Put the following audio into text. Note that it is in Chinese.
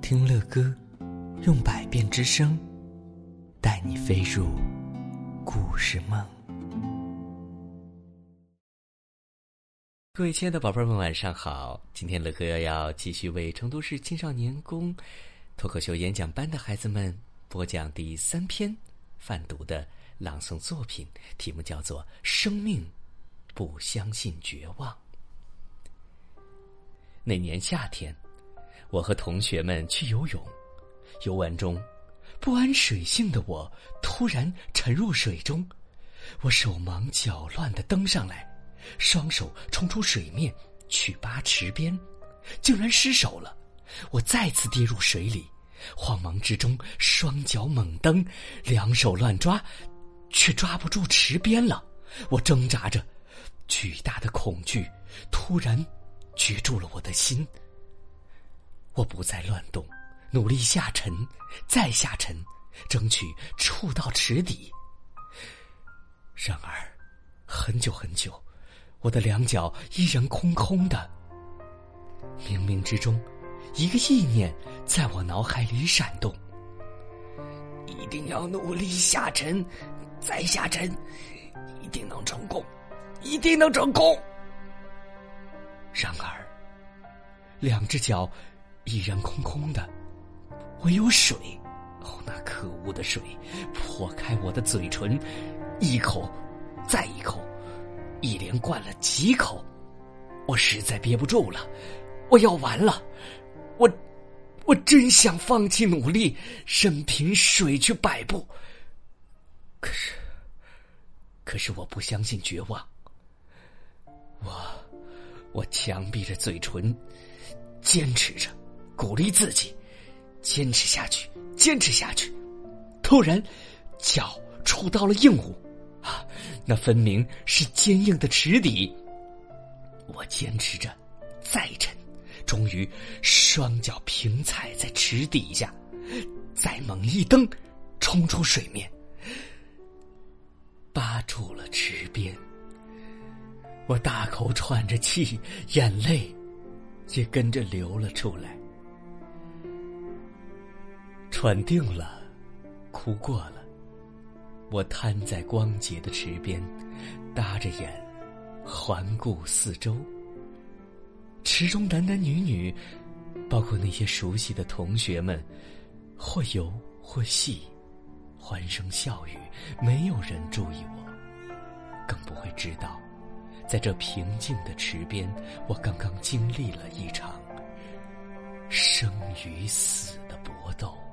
听乐歌，用百变之声带你飞入故事梦。各位亲爱的宝贝们，晚上好！今天乐哥要继续为成都市青少年宫脱口秀演讲班的孩子们播讲第3篇泛读的朗诵作品，题目叫做《生命不相信绝望》。那年夏天，我和同学们去游泳，游玩中，不谙水性的我突然沉入水中，我手忙脚乱地登上来，双手冲出水面去扒池边，竟然失手了。我再次跌入水里，慌忙之中双脚猛蹬，两手乱抓，却抓不住池边了。我挣扎着，巨大的恐惧突然攫住了我的心。我不再乱动，努力下沉，再下沉，争取触到池底。然而很久很久，我的两脚依然空空的。冥冥之中，一个意念在我脑海里闪动：一定要努力下沉，再下沉，一定能成功，一定能成功。然而两只脚依然空空的，唯有水。那可恶的水破开我的嘴唇，一口再一口，一连灌了几口。我实在憋不住了，我要完了。我真想放弃努力，任凭水去摆布。可是我不相信绝望。我强闭着嘴唇，坚持着，鼓励自己坚持下去，坚持下去。突然脚触到了硬物，那分明是坚硬的池底。我坚持着再沉，终于双脚平踩在池底下，再猛一蹬，冲出水面，扒住了池边。我大口喘着气，眼泪也跟着流了出来。喘定了，哭过了，我瘫在光洁的池边，搭着眼环顾四周。池中男男女女，包括那些熟悉的同学们，或游或戏，欢声笑语，没有人注意我，更不会知道在这平静的池边，我刚刚经历了一场生与死的搏斗。